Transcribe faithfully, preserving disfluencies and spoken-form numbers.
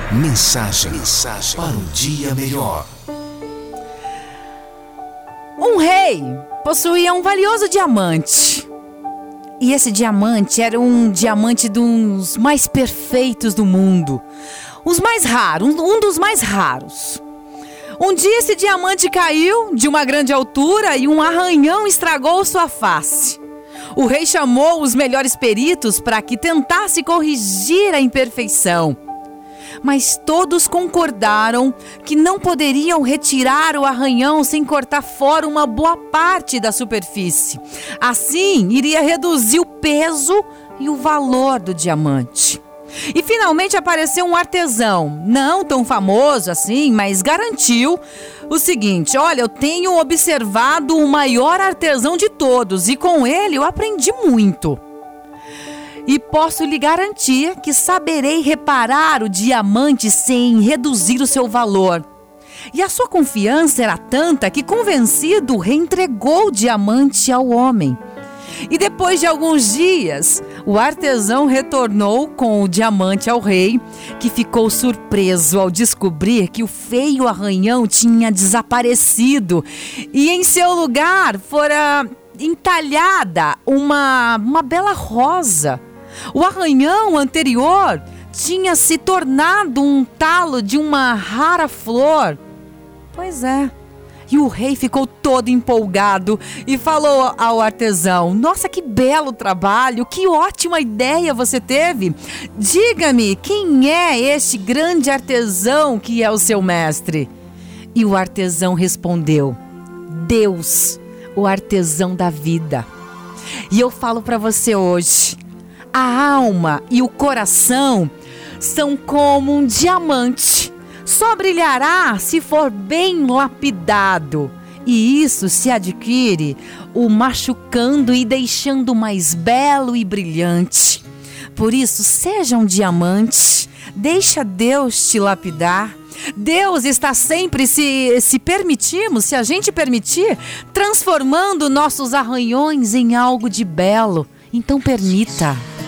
Mensagem, Mensagem para um dia melhor. Um rei possuía um valioso diamante. E esse diamante era um diamante dos mais perfeitos do mundo. Os mais raros, um dos mais raros. Um dia esse diamante caiu de uma grande altura e um arranhão estragou sua face. O rei chamou os melhores peritos para que tentasse corrigir a imperfeição. Mas todos concordaram que não poderiam retirar o arranhão sem cortar fora uma boa parte da superfície. Assim, iria reduzir o peso e o valor do diamante. E finalmente apareceu um artesão, não tão famoso assim, mas garantiu o seguinte: olha, eu tenho observado o maior artesão de todos e com ele eu aprendi muito. E posso lhe garantir que saberei reparar o diamante sem reduzir o seu valor. E a sua confiança era tanta que, convencido, reentregou o diamante ao homem. E depois de alguns dias, o artesão retornou com o diamante ao rei, que ficou surpreso ao descobrir que o feio arranhão tinha desaparecido e em seu lugar fora entalhada uma, uma bela rosa. O arranhão anterior tinha se tornado um talo de uma rara flor. Pois é. E o rei ficou todo empolgado e falou ao artesão: nossa, que belo trabalho, que ótima ideia você teve. Diga-me, quem é este grande artesão que é o seu mestre? E o artesão respondeu: Deus, o artesão da vida. E eu falo para você hoje, a alma e o coração são como um diamante. Só brilhará se for bem lapidado. E isso se adquire o machucando e deixando mais belo e brilhante. Por isso, seja um diamante. Deixa Deus te lapidar. Deus está sempre, se, se permitirmos, se a gente permitir, transformando nossos arranhões em algo de belo. Então permita.